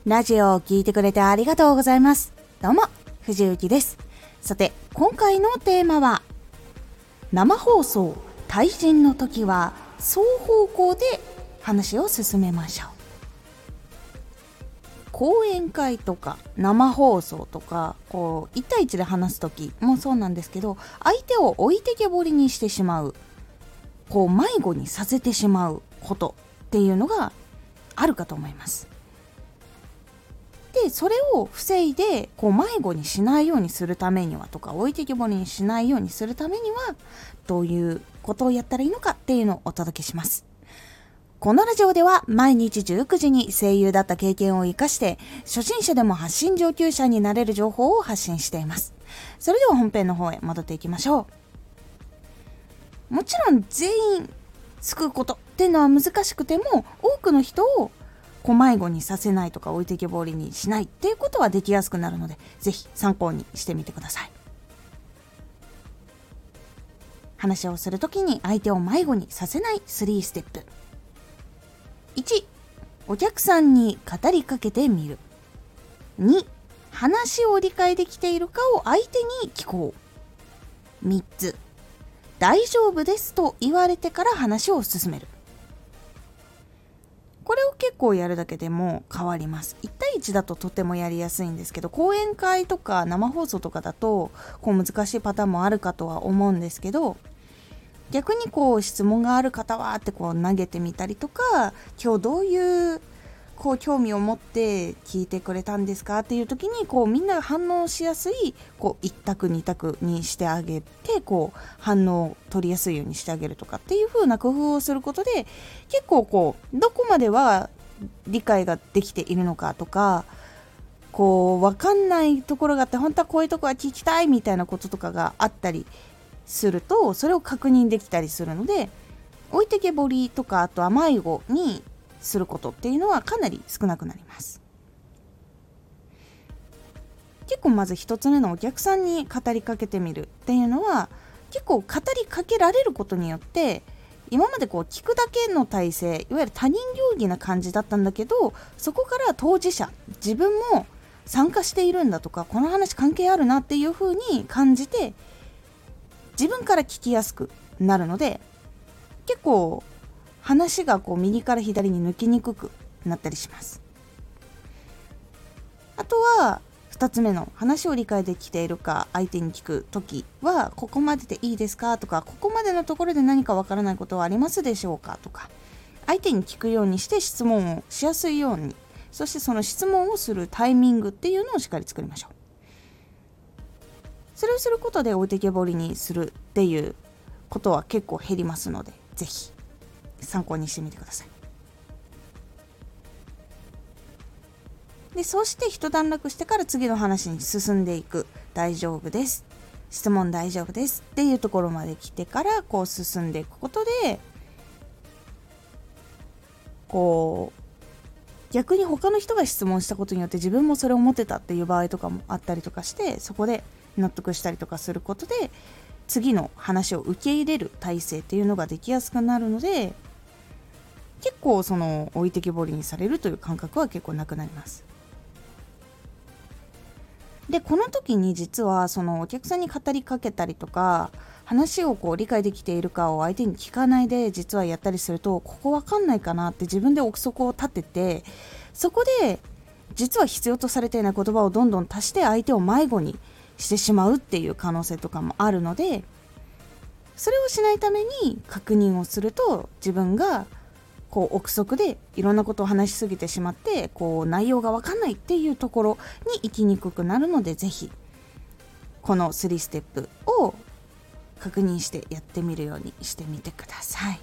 ラジオを聞いてくれてありがとうございます。どうも、藤幸です。さて、今回のテーマは、生放送、対人の時は双方向で話を進めましょう。講演会とか生放送とか、1対1で話す時もそうなんですけど、相手を置いてけぼりにしてしまう、迷子にさせてしまうことっていうのがあるかと思います。でそれを防いで迷子にしないようにするためにはとか、置いてけぼりにしないようにするためにはどういうことをやったらいいのかっていうのをお届けします。このラジオでは毎日19時に声優だった経験を生かして初心者でも発信上級者になれる情報を発信しています。それでは本編の方へ戻っていきましょう。もちろん全員救うことっていうのは難しくても、多くの人を迷子にさせないとか置いてけぼりにしないっていうことはできやすくなるので、ぜひ参考にしてみてください。話をするときに相手を迷子にさせない3ステップ。1、お客さんに語りかけてみる。2、話を理解できているかを相手に聞こう。3つ、大丈夫ですと言われてから話を進める。これを結構やるだけでも変わります。1対1だととてもやりやすいんですけど、講演会とか生放送とかだと難しいパターンもあるかとは思うんですけど、逆に質問がある方はって投げてみたりとか、今日どういう興味を持って聞いてくれたんですかっていう時にみんなが反応しやすい1択2択にしてあげて、反応を取りやすいようにしてあげるとかっていう風な工夫をすることで、結構どこまでは理解ができているのかとか、分かんないところがあって、本当はこういうとこは聞きたいみたいなこととかがあったりすると、それを確認できたりするので、置いてけぼりとか、あとは迷子にすることっていうのはかなり少なくなります。結構まず一つ目のお客さんに語りかけてみるっていうのは、結構語りかけられることによって、今まで聞くだけの体制、いわゆる他人行儀な感じだったんだけど、そこから当事者、自分も参加しているんだとか、この話関係あるなっていう風に感じて、自分から聞きやすくなるので、結構話が右から左に抜きにくくなったりします。あとは2つ目の、話を理解できているか相手に聞くときは、ここまででいいですかとか、ここまでのところで何かわからないことはありますでしょうかとか、相手に聞くようにして質問をしやすいように、そしてその質問をするタイミングっていうのをしっかり作りましょう。それをすることで置いてけぼりにするっていうことは結構減りますので、ぜひ参考にしてみてください。で、そして一段落してから次の話に進んでいく。大丈夫です、質問大丈夫ですっていうところまで来てから進んでいくことで、逆に他の人が質問したことによって自分もそれを持ってたっていう場合とかもあったりとかして、そこで納得したりとかすることで、次の話を受け入れる体制っていうのができやすくなるので、結構置いてけぼりにされるという感覚は結構なくなります。で、この時に実はお客さんに語りかけたりとか、話を理解できているかを相手に聞かないで実はやったりすると、ここわかんないかなって自分で憶測を立てて、そこで実は必要とされていない言葉をどんどん足して相手を迷子にしてしまうっていう可能性とかもあるので、それをしないために確認をすると、自分が憶測でいろんなことを話しすぎてしまって、内容が分かんないっていうところに行きにくくなるので、ぜひこの3ステップを確認してやってみるようにしてみてください。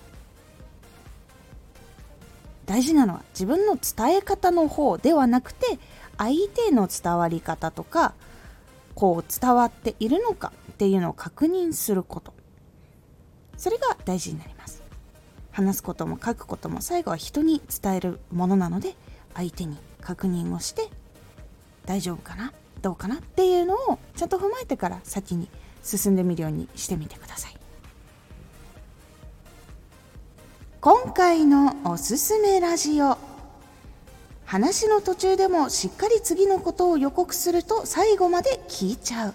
大事なのは自分の伝え方の方ではなくて、相手の伝わり方とか伝わっているのかっていうのを確認すること、それが大事になります。話すことも書くことも最後は人に伝えるものなので、相手に確認をして、大丈夫かなどうかなっていうのをちゃんと踏まえてから先に進んでみるようにしてみてください。今回のおすすめラジオ、 話の途中でもしっかり次のことを予告すると最後まで聞いちゃう。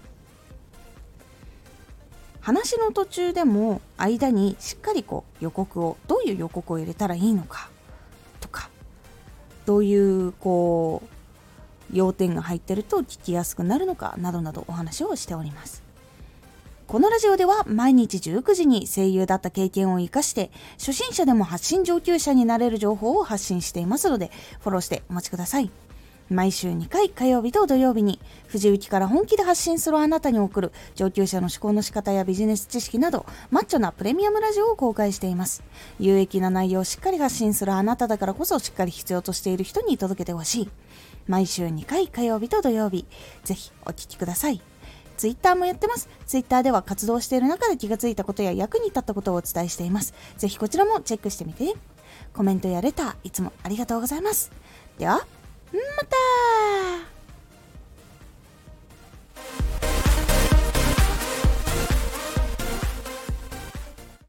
話の途中でも間にしっかり予告を、どういう予告を入れたらいいのかとか、どういう要点が入ってると聞きやすくなるのかなどなどお話をしております。このラジオでは毎日19時に声優だった経験を生かして初心者でも発信上級者になれる情報を発信していますので、フォローしてお待ちください。毎週2回火曜日と土曜日に藤雪から本気で発信するあなたに送る上級者の思考の仕方やビジネス知識などマッチョなプレミアムラジオを公開しています。有益な内容をしっかり発信するあなただからこそしっかり必要としている人に届けてほしい。毎週2回火曜日と土曜日、ぜひお聞きください。ツイッターもやってます。ツイッターでは活動している中で気がついたことや役に立ったことをお伝えしています。ぜひこちらもチェックしてみてね。コメントやレターいつもありがとうございます。ではまた。